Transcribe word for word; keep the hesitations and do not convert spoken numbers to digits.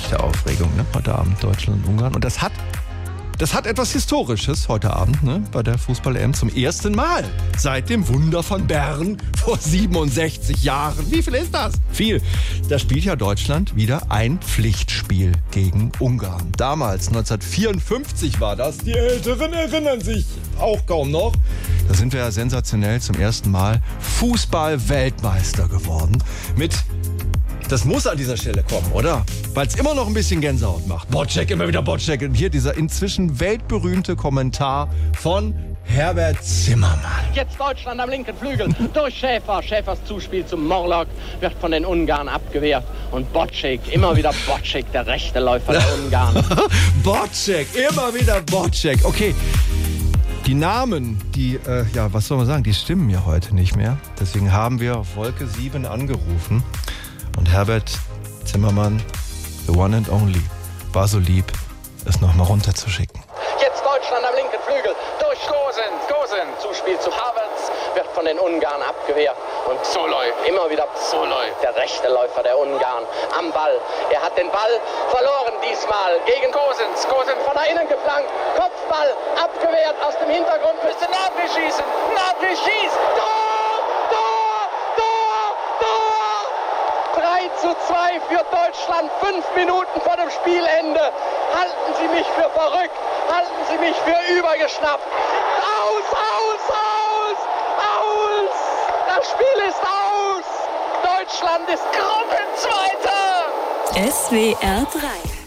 echte Aufregung, ne? Heute Abend Deutschland und Ungarn. Und das hat, das hat etwas Historisches heute Abend, ne? Bei der Fußball-E M zum ersten Mal seit dem Wunder von Bern vor siebenundsechzig Jahren. Wie viel ist das? Viel. Da spielt ja Deutschland wieder ein Pflichtspiel gegen Ungarn. Damals, neunzehnhundertvierundfünfzig war das. Die Älteren erinnern sich auch kaum noch. Da sind wir ja sensationell zum ersten Mal Fußball-Weltmeister geworden. Mit, das muss an dieser Stelle kommen, oder? Weil es immer noch ein bisschen Gänsehaut macht. Boczek, immer wieder Boczek. Und hier dieser inzwischen weltberühmte Kommentar von Herbert Zimmermann. Jetzt Deutschland am linken Flügel durch Schäfer. Schäfers Zuspiel zum Morlock wird von den Ungarn abgewehrt. Und Boczek, immer wieder Boczek, der rechte Läufer der Ungarn. Boczek, immer wieder Boczek. Okay. Die Namen, die, äh, ja, was soll man sagen, die stimmen ja heute nicht mehr. Deswegen haben wir auf Wolke sieben angerufen. Und Herbert Zimmermann, the one and only, war so lieb, es nochmal runterzuschicken. Jetzt Deutschland am linken Flügel durch Gosens. Gosens, Zuspiel zu Havertz, wird von den Ungarn abgewehrt. Und Soloy, immer wieder Soloy, der rechte Läufer der Ungarn, am Ball. Er hat den Ball verloren diesmal gegen Gosens. Gosens von da innen geflankt, Kopfball abgewehrt aus dem Hintergrund, müsste Gnabry schießen. Gnabry schießt, Tor, Tor, Tor, Tor! drei zu zwei für Deutschland, fünf Minuten vor dem Spielende. Halten Sie mich für verrückt, halten Sie mich für übergeschnappt. Aus, aus, aus, aus! Das Spiel ist aus! Deutschland ist Gruppenzweiter! S W R drei